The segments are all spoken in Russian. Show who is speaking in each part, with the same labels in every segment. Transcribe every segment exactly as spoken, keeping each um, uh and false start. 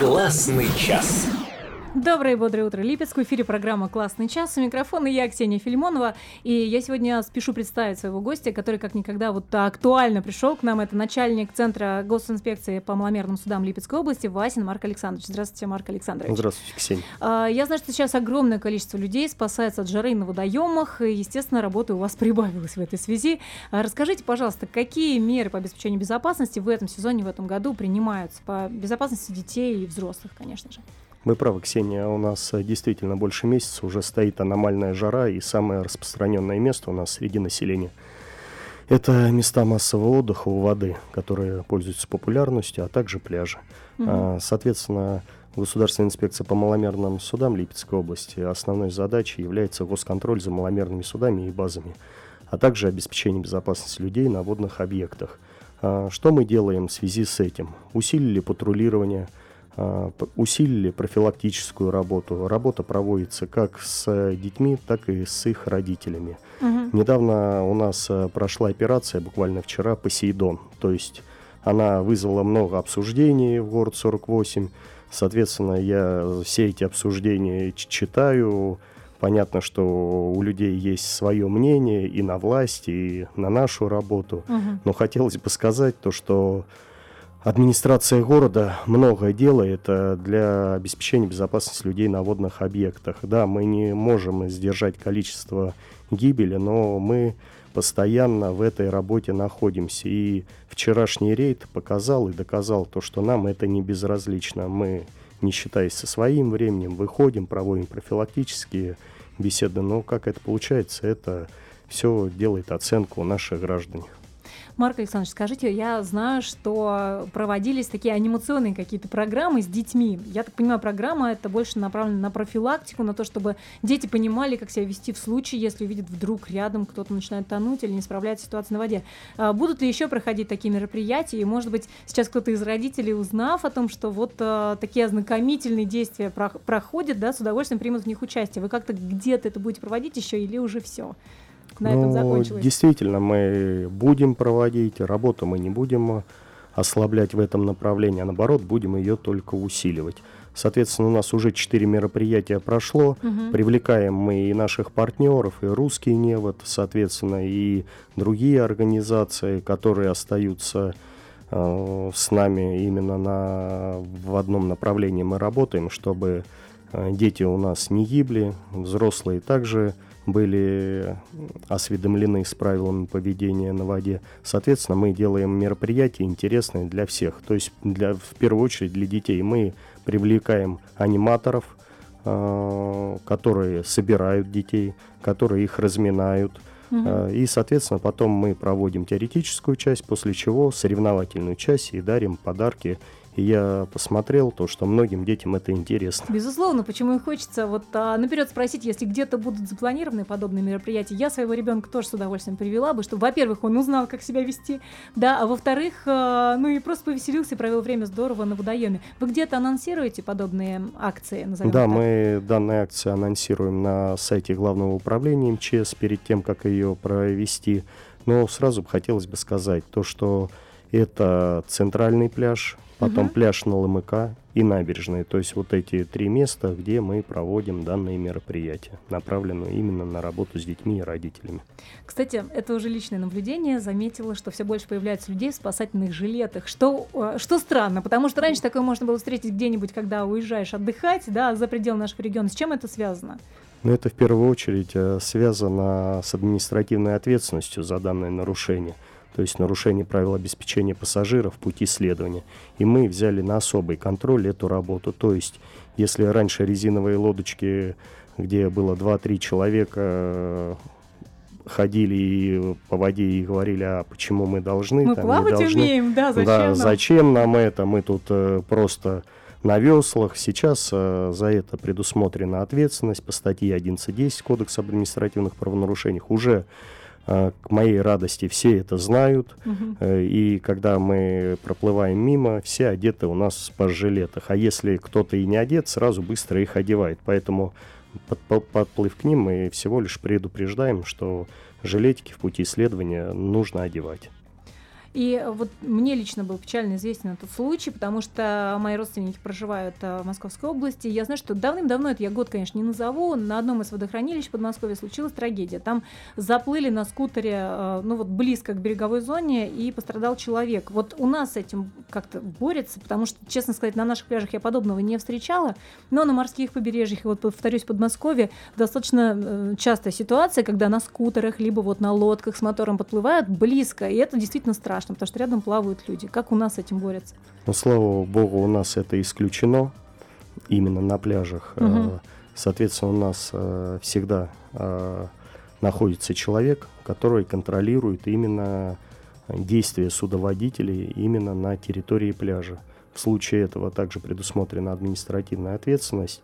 Speaker 1: Классный час.
Speaker 2: Доброе и бодрое утро, Липецк. В эфире программа «Классный час». У микрофона я, Ксения Филимонова. И я сегодня спешу представить своего гостя, который как никогда вот актуально пришел к нам. Это начальник Центра госинспекции по маломерным судам Липецкой области Васин Марк Александрович. Здравствуйте, Марк Александрович.
Speaker 3: Здравствуйте, Ксения.
Speaker 2: Я знаю, что сейчас огромное количество людей спасается от жары на водоемах. И, естественно, работа у вас прибавилась в этой связи. Расскажите, пожалуйста, какие меры по обеспечению безопасности в этом сезоне, в этом году принимаются по безопасности детей и взрослых, конечно же?
Speaker 3: Вы правы, Ксения, у нас действительно больше месяца уже стоит аномальная жара, и самое распространенное место у нас среди населения – это места массового отдыха у воды, которые пользуются популярностью, а также пляжи. Mm-hmm. Соответственно, Государственная инспекция по маломерным судам Липецкой области основной задачей является госконтроль за маломерными судами и базами, а также обеспечение безопасности людей на водных объектах. Что мы делаем в связи с этим? Усилили патрулирование, усилили профилактическую работу. Работа проводится как с детьми, так и с их родителями. Угу. Недавно у нас прошла операция, буквально вчера, «Посейдон». То есть она вызвала много обсуждений в город сорок восемь. Соответственно, я все эти обсуждения читаю. Понятно, что у людей есть свое мнение и на власти, и на нашу работу. Угу. Но хотелось бы сказать то, что администрация города многое делает для обеспечения безопасности людей на водных объектах. Да, мы не можем сдержать количество гибели, но мы постоянно в этой работе находимся. И вчерашний рейд показал и доказал то, что нам это не безразлично. Мы, не считаясь со своим временем, выходим, проводим профилактические беседы. Но как это получается, это все делает оценку наших граждан.
Speaker 2: Марк Александрович, скажите, я знаю, что проводились такие анимационные какие-то программы с детьми. Я так понимаю, программа это больше направлена на профилактику, на то, чтобы дети понимали, как себя вести в случае, если увидят вдруг рядом кто-то начинает тонуть или не справляется ситуация на воде. А будут ли еще проходить такие мероприятия? И, может быть, сейчас кто-то из родителей, узнав о том, что вот а, такие ознакомительные действия про- проходят, да, с удовольствием примут в них участие. Вы как-то где-то это будете проводить еще или уже все? На этом закончилось?
Speaker 3: Действительно, мы будем проводить, работу мы не будем ослаблять в этом направлении, а наоборот, будем ее только усиливать. Соответственно, у нас уже четыре мероприятия прошло, угу. Привлекаем мы и наших партнеров, и «Русский невод», соответственно, и другие организации, которые остаются э, с нами именно на, в одном направлении мы работаем, чтобы э, дети у нас не гибли, взрослые также были осведомлены с правилами поведения на воде. Соответственно, мы делаем мероприятия интересные для всех. То есть, для, в первую очередь, для детей. Мы привлекаем аниматоров, э, которые собирают детей, которые их разминают. Угу. Э, и, соответственно, потом мы проводим теоретическую часть, после чего соревновательную часть и дарим подарки. И я посмотрел то, что многим детям это интересно.
Speaker 2: Безусловно, почему и хочется вот а, наперед спросить, если где-то будут запланированы подобные мероприятия. Я своего ребенка тоже с удовольствием привела бы, чтобы, во-первых, он узнал, как себя вести, да, а во-вторых, а, ну и просто повеселился и провел время здорово на водоеме. Вы где-то анонсируете подобные акции?
Speaker 3: Да, так? Мы данные акции анонсируем на сайте Главного управления эм че эс перед тем, как ее провести. Но сразу хотелось бы сказать то, что это центральный пляж, потом uh-huh. пляж на ЛМК и набережные. То есть вот эти три места, где мы проводим данные мероприятия, направленные именно на работу с детьми и родителями.
Speaker 2: Кстати, это уже личное наблюдение. Заметила, что все больше появляется людей в спасательных жилетах, что, что странно, потому что раньше такое можно было встретить где-нибудь, когда уезжаешь отдыхать, да, за пределы нашего региона. С чем это связано?
Speaker 3: Ну, это в первую очередь связано с административной ответственностью за данное нарушение. То есть нарушение правил обеспечения пассажиров в пути следования. И мы взяли на особый контроль эту работу. То есть, если раньше резиновые лодочки, где было два-три человека, ходили и по воде и говорили, а почему мы должны?
Speaker 2: Мы
Speaker 3: там,
Speaker 2: плавать
Speaker 3: должны.
Speaker 2: умеем, да, зачем
Speaker 3: да,
Speaker 2: нам?
Speaker 3: Зачем нам это? Мы тут э, просто на веслах. Сейчас э, за это предусмотрена ответственность по статье одиннадцать десять Кодекса об административных правонарушениях. Уже К моей радости все это знают, uh-huh. и когда мы проплываем мимо, все одеты у нас в спас-жилетах, а если кто-то и не одет, сразу быстро их одевает, поэтому под, подплыв к ним мы всего лишь предупреждаем, что жилетики в пути исследования нужно одевать.
Speaker 2: И вот мне лично был печально известен этот случай, потому что мои родственники проживают в Московской области. Я знаю, что давным-давно, это я год, конечно, не назову, на одном из водохранилищ в Подмосковье случилась трагедия. Там заплыли на скутере, ну вот близко к береговой зоне, и пострадал человек. Вот у нас с этим как-то борется, потому что, честно сказать, на наших пляжах я подобного не встречала, но на морских побережьях, вот повторюсь, в Подмосковье достаточно частая ситуация, когда на скутерах, либо вот на лодках с мотором подплывают близко, и это действительно страшно, потому что рядом плавают люди. Как у нас с этим борются?
Speaker 3: Ну, слава богу, у нас это исключено именно на пляжах.
Speaker 2: Угу.
Speaker 3: Соответственно, у нас всегда находится человек, который контролирует именно действия судоводителей именно на территории пляжа. В случае этого также предусмотрена административная ответственность,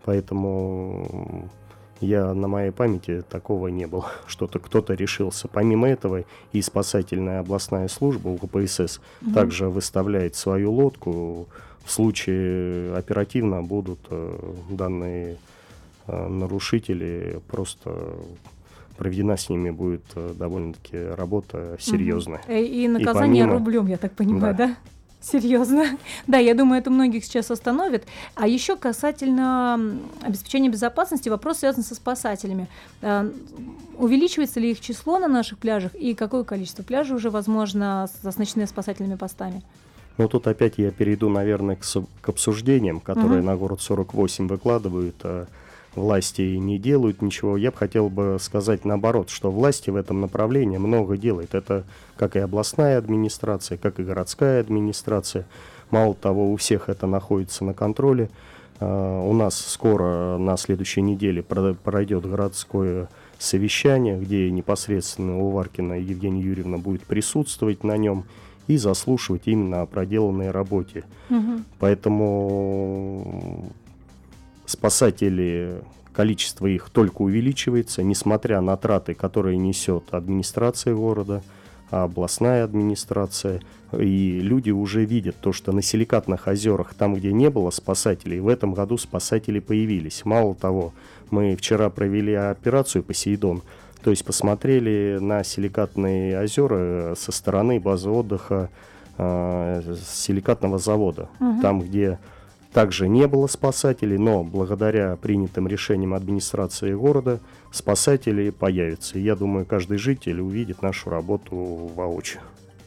Speaker 3: поэтому я на моей памяти такого не было, что-то кто-то решился. Помимо этого и спасательная областная служба УКПСС угу. также выставляет свою лодку. В случае оперативно будут э, данные э, нарушители, просто проведена с ними будет э, довольно-таки работа серьезная.
Speaker 2: Угу. И наказание и помимо... рублем, я так понимаю, да? да? Серьезно. Да, я думаю, это многих сейчас остановит. А еще касательно обеспечения безопасности, вопрос связан со спасателями. Увеличивается ли их число на наших пляжах и какое количество пляжей уже возможно оснащены спасательными постами?
Speaker 3: Ну, тут опять я перейду, наверное, к, к обсуждениям, которые угу. на город сорок восемь выкладывают. А власти не делают ничего. Я бы хотел бы сказать наоборот, что власти в этом направлении много делают. Это как и областная администрация, как и городская администрация. Мало того, у всех это находится на контроле. Uh, у нас скоро на следующей неделе пройдет городское совещание, где непосредственно Уваркина Евгения Юрьевна будет присутствовать на нем и заслушивать именно о проделанной работе. Угу. Поэтому спасатели, количество их только увеличивается, несмотря на траты, которые несет администрация города, областная администрация. И люди уже видят то, что на Силикатных озерах, там, где не было спасателей, в этом году спасатели появились. Мало того, мы вчера провели операцию «Посейдон», то есть посмотрели на Силикатные озера со стороны базы отдыха э, силикатного завода, угу. там, где также не было спасателей, но благодаря принятым решениям администрации города спасатели появятся. И я думаю, каждый житель увидит нашу работу воочию.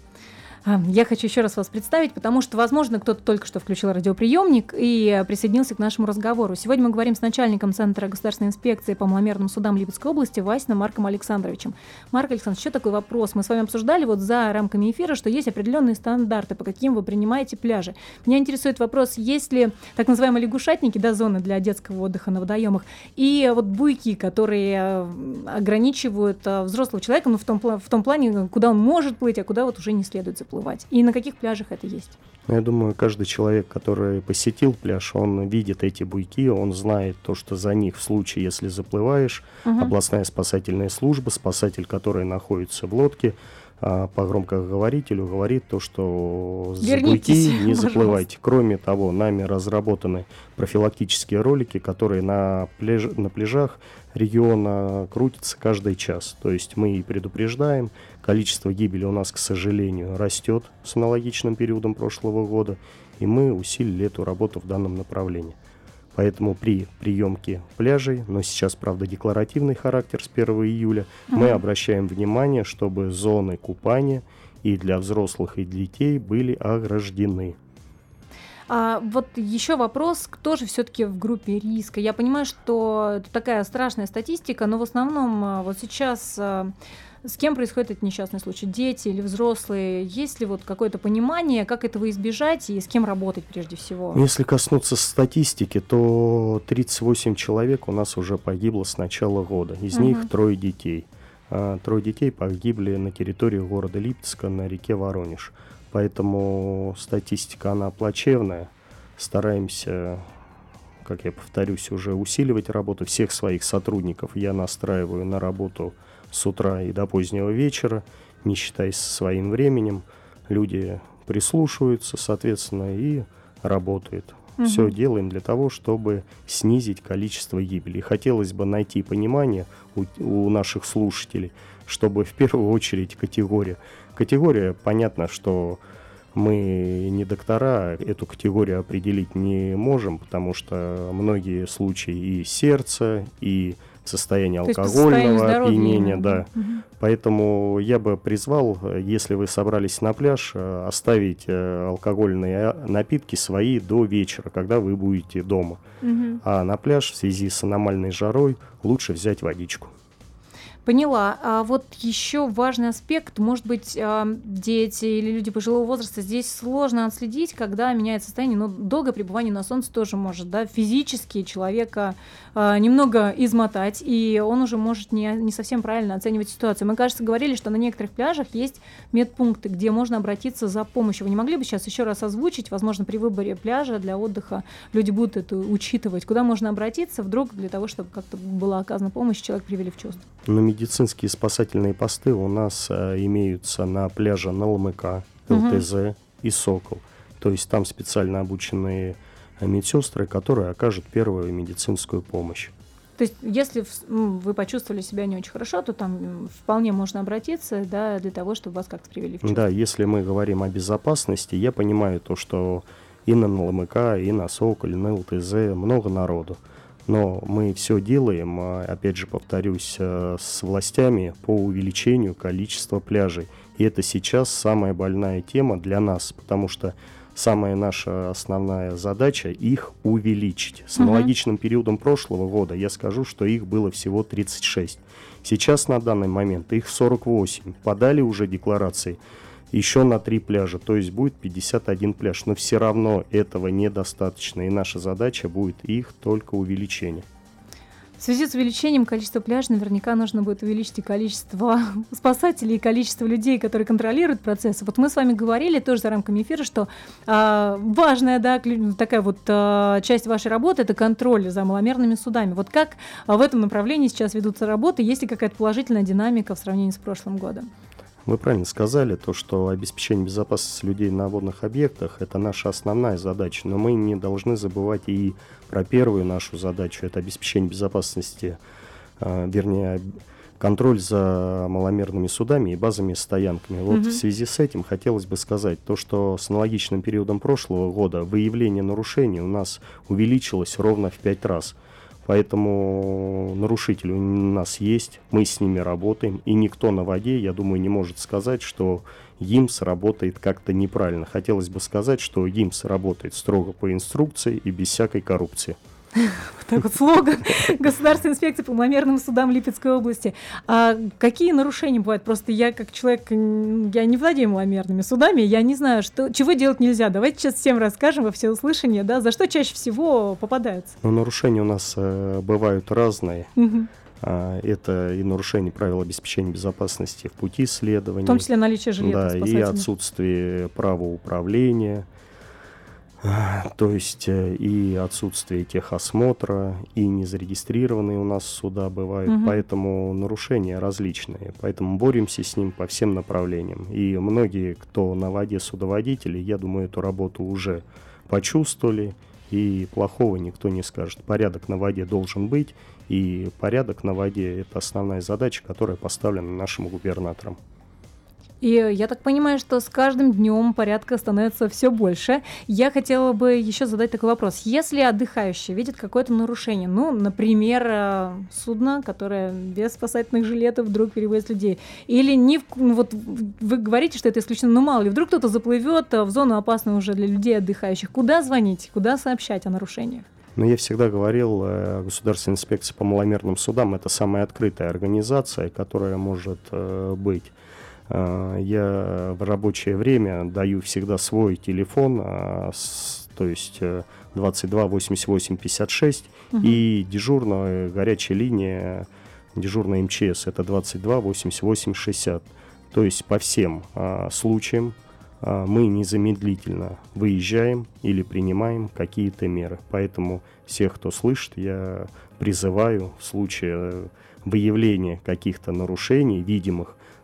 Speaker 2: Я хочу еще раз вас представить, потому что, возможно, кто-то только что включил радиоприемник и присоединился к нашему разговору. Сегодня мы говорим с начальником Центра государственной инспекции по маломерным судам Липецкой области Васиным Марком Александровичем. Марк Александрович, еще такой вопрос. Мы с вами обсуждали вот за рамками эфира, что есть определенные стандарты, по каким вы принимаете пляжи. Меня интересует вопрос, есть ли так называемые лягушатники, да, зоны для детского отдыха на водоемах, и вот буйки, которые ограничивают взрослого человека, ну, в том, в том плане, куда он может плыть, а куда вот уже не следует заплывать. И на каких пляжах это есть?
Speaker 3: Я думаю, каждый человек, который посетил пляж, он видит эти буйки, он знает то, что за них в случае, если заплываешь, угу. областная спасательная служба, спасатель, который находится в лодке, по громкоговорителю говорит то, что за буйки не заплывайте. Кроме того, нами разработаны профилактические ролики, которые на, пляж, на пляжах региона крутятся каждый час. То есть мы и предупреждаем, количество гибели у нас, к сожалению, растет с аналогичным периодом прошлого года, и мы усилили эту работу в данном направлении. Поэтому при приемке пляжей, но сейчас, правда, декларативный характер с первого июля, mm-hmm. мы обращаем внимание, чтобы зоны купания и для взрослых, и для детей были ограждены.
Speaker 2: А вот еще вопрос, кто же все-таки в группе риска? Я понимаю, что это такая страшная статистика, но в основном вот сейчас с кем происходит этот несчастный случай? Дети или взрослые? Есть ли вот какое-то понимание, как этого избежать и с кем работать прежде всего?
Speaker 3: Если коснуться статистики, то тридцать восемь человек у нас уже погибло с начала года. Из угу. них трое детей. А, трое детей погибли на территории города Липецка на реке Воронеж. Поэтому статистика, она плачевная. Стараемся, как я повторюсь, уже усиливать работу всех своих сотрудников. Я настраиваю на работу с утра и до позднего вечера, не считаясь со своим временем. Люди прислушиваются, соответственно, и работают. Угу. Все делаем для того, чтобы снизить количество гибели. И хотелось бы найти понимание у, у наших слушателей, чтобы в первую очередь категория. Категория, понятно, что мы не доктора, эту категорию определить не можем, потому что многие случаи и сердца, и состояние алкогольного опьянения, да. Угу. Поэтому я бы призвал, если вы собрались на пляж, оставить алкогольные напитки свои до вечера, когда вы будете дома. Угу. А на пляж в связи с аномальной жарой лучше взять водичку.
Speaker 2: Поняла. А вот еще важный аспект, может быть, дети или люди пожилого возраста, здесь сложно отследить, когда меняется состояние, но долгое пребывание на солнце тоже может, да, физически человека немного измотать, и он уже может не, не совсем правильно оценивать ситуацию. Мы, кажется, говорили, что на некоторых пляжах есть медпункты, где можно обратиться за помощью. Вы не могли бы сейчас еще раз озвучить, возможно, при выборе пляжа для отдыха люди будут это учитывать, куда можно обратиться вдруг для того, чтобы как-то была оказана помощь, человек привели в чувство?
Speaker 3: Ну, медицинские спасательные посты у нас а, имеются на пляже эн эл эм ка, эл тэ зэ uh-huh. и Сокол. То есть там специально обученные медсестры, которые окажут первую медицинскую помощь.
Speaker 2: То есть если вы почувствовали себя не очень хорошо, то там вполне можно обратиться, да, для того, чтобы вас как-то привели в чувство.
Speaker 3: Да, если мы говорим о безопасности, я понимаю то, что и на эн эл эм ка, и на Соколе, и на эл тэ зэ много народу. Но мы все делаем, опять же повторюсь, с властями по увеличению количества пляжей. И это сейчас самая больная тема для нас, потому что самая наша основная задача — их увеличить. С аналогичным uh-huh. периодом прошлого года я скажу, что их было всего тридцать шесть. Сейчас на данный момент их сорок восемь. Подали уже декларации еще на три пляжа, то есть будет пятьдесят один пляж. Но все равно этого недостаточно, и наша задача будет их только увеличение.
Speaker 2: В связи с увеличением количества пляжей наверняка нужно будет увеличить и количество спасателей, и количество людей, которые контролируют процесс. Вот мы с вами говорили тоже за рамками эфира, что э, важная, да, такая вот э, часть вашей работы — это контроль за маломерными судами. Вот как э, в этом направлении сейчас ведутся работы? Есть ли какая-то положительная динамика в сравнении с прошлым годом?
Speaker 3: Вы правильно сказали, то, что обеспечение безопасности людей на водных объектах – это наша основная задача, но мы не должны забывать и про первую нашу задачу – это обеспечение безопасности, э, вернее, контроль за маломерными судами и базовыми стоянками. Вот mm-hmm. в связи с этим хотелось бы сказать то, что с аналогичным периодом прошлого года выявление нарушений у нас увеличилось ровно в пять раз. Поэтому нарушители у нас есть, мы с ними работаем, и никто на воде, я думаю, не может сказать, что ЕИМС работает как-то неправильно. Хотелось бы сказать, что ЕИМС работает строго по инструкции и без всякой коррупции.
Speaker 2: Вот так вот слоган Государственной инспекции по маломерным судам Липецкой области. А какие нарушения бывают? Просто я, как человек, я не владею маломерными судами, я не знаю, что, чего делать нельзя. Давайте сейчас всем расскажем во всеуслышание, да, за что чаще всего попадаются.
Speaker 3: Ну, нарушения у нас э, бывают разные. Угу. А, это и нарушение правил обеспечения безопасности в пути следования.
Speaker 2: В том числе наличие жилета.
Speaker 3: Да, и отсутствие права управления. То есть и отсутствие техосмотра, и незарегистрированные у нас суда бывают, угу. поэтому нарушения различные, поэтому боремся с ним по всем направлениям. И многие, кто на воде судоводители, я думаю, эту работу уже почувствовали, и плохого никто не скажет. Порядок на воде должен быть, и порядок на воде – это основная задача, которая поставлена нашим губернатором.
Speaker 2: И я так понимаю, что с каждым днем порядка становится все больше. Я хотела бы еще задать такой вопрос. Если отдыхающий видит какое-то нарушение, ну, например, судно, которое без спасательных жилетов вдруг перевозит людей, или не, вот вы говорите, что это исключено, но мало ли, вдруг кто-то заплывет в зону опасную уже для людей отдыхающих, куда звонить, куда сообщать о нарушениях?
Speaker 3: Но я всегда говорил, Государственная инспекция по маломерным судам – это самая открытая организация, которая может быть. Я в рабочее время даю всегда свой телефон, то есть двадцать два восемьдесят восемь пятьдесят шесть, угу. и дежурная горячая линия, дежурная эм че эс, это двадцать два восемьдесят восемь шестьдесят. То есть по всем а, случаям а, мы незамедлительно выезжаем или принимаем какие-то меры. Поэтому всех, кто слышит, я призываю в случае выявления каких-то нарушений видимых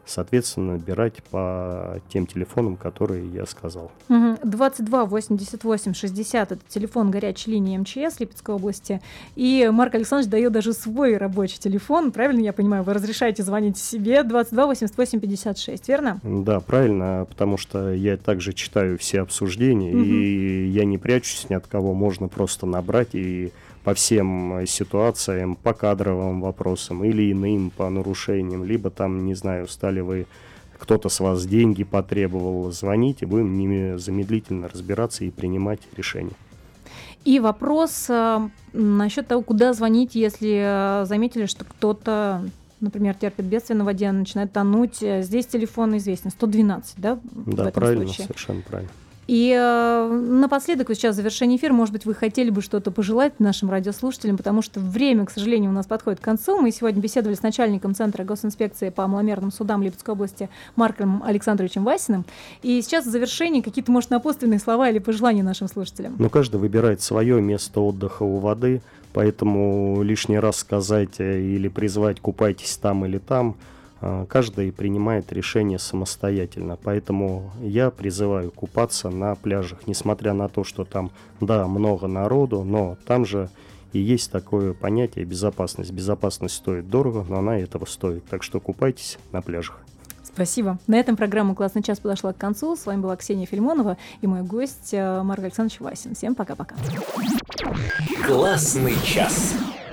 Speaker 3: соответственно, набирать по тем телефонам, которые я сказал.
Speaker 2: двадцать два восемьдесят восемь шестьдесят это телефон горячей линии МЧС Липецкой области. И Марк Александрович дает даже свой рабочий телефон. Правильно я понимаю, вы разрешаете звонить себе двадцать два восемьдесят восемь пятьдесят шесть, верно?
Speaker 3: Да, правильно, потому что я также читаю все обсуждения, угу. и я не прячусь ни от кого, можно просто набрать и по всем ситуациям, по кадровым вопросам или иным, по нарушениям, либо там, не знаю, стали вы, кто-то с вас деньги потребовал, звоните, будем незамедлительно разбираться и принимать решения.
Speaker 2: И вопрос э, насчет того, куда звонить, если э, заметили, что кто-то, например, терпит бедствие на воде, начинает тонуть. Здесь телефон известен, сто двенадцать, да?
Speaker 3: Да, правильно, случае. Совершенно правильно.
Speaker 2: И э, напоследок, вот сейчас в завершении эфира, может быть, вы хотели бы что-то пожелать нашим радиослушателям, потому что время, к сожалению, у нас подходит к концу. Мы сегодня беседовали с начальником Центра госинспекции по маломерным судам Липецкой области Марком Александровичем Васиным. И сейчас в завершении какие-то, может, напутственные слова или пожелания нашим слушателям.
Speaker 3: Ну, каждый выбирает свое место отдыха у воды, поэтому лишний раз сказать или призвать «купайтесь там или там», каждый принимает решение самостоятельно, поэтому я призываю купаться на пляжах, несмотря на то, что там, да, много народу, но там же и есть такое понятие безопасность. Безопасность стоит дорого, но она этого стоит, так что купайтесь на пляжах.
Speaker 2: Спасибо. На этом программа «Классный час» подошла к концу. С вами была Ксения Филимонова и мой гость Марк Александрович Васин. Всем пока-пока.
Speaker 1: Классный час.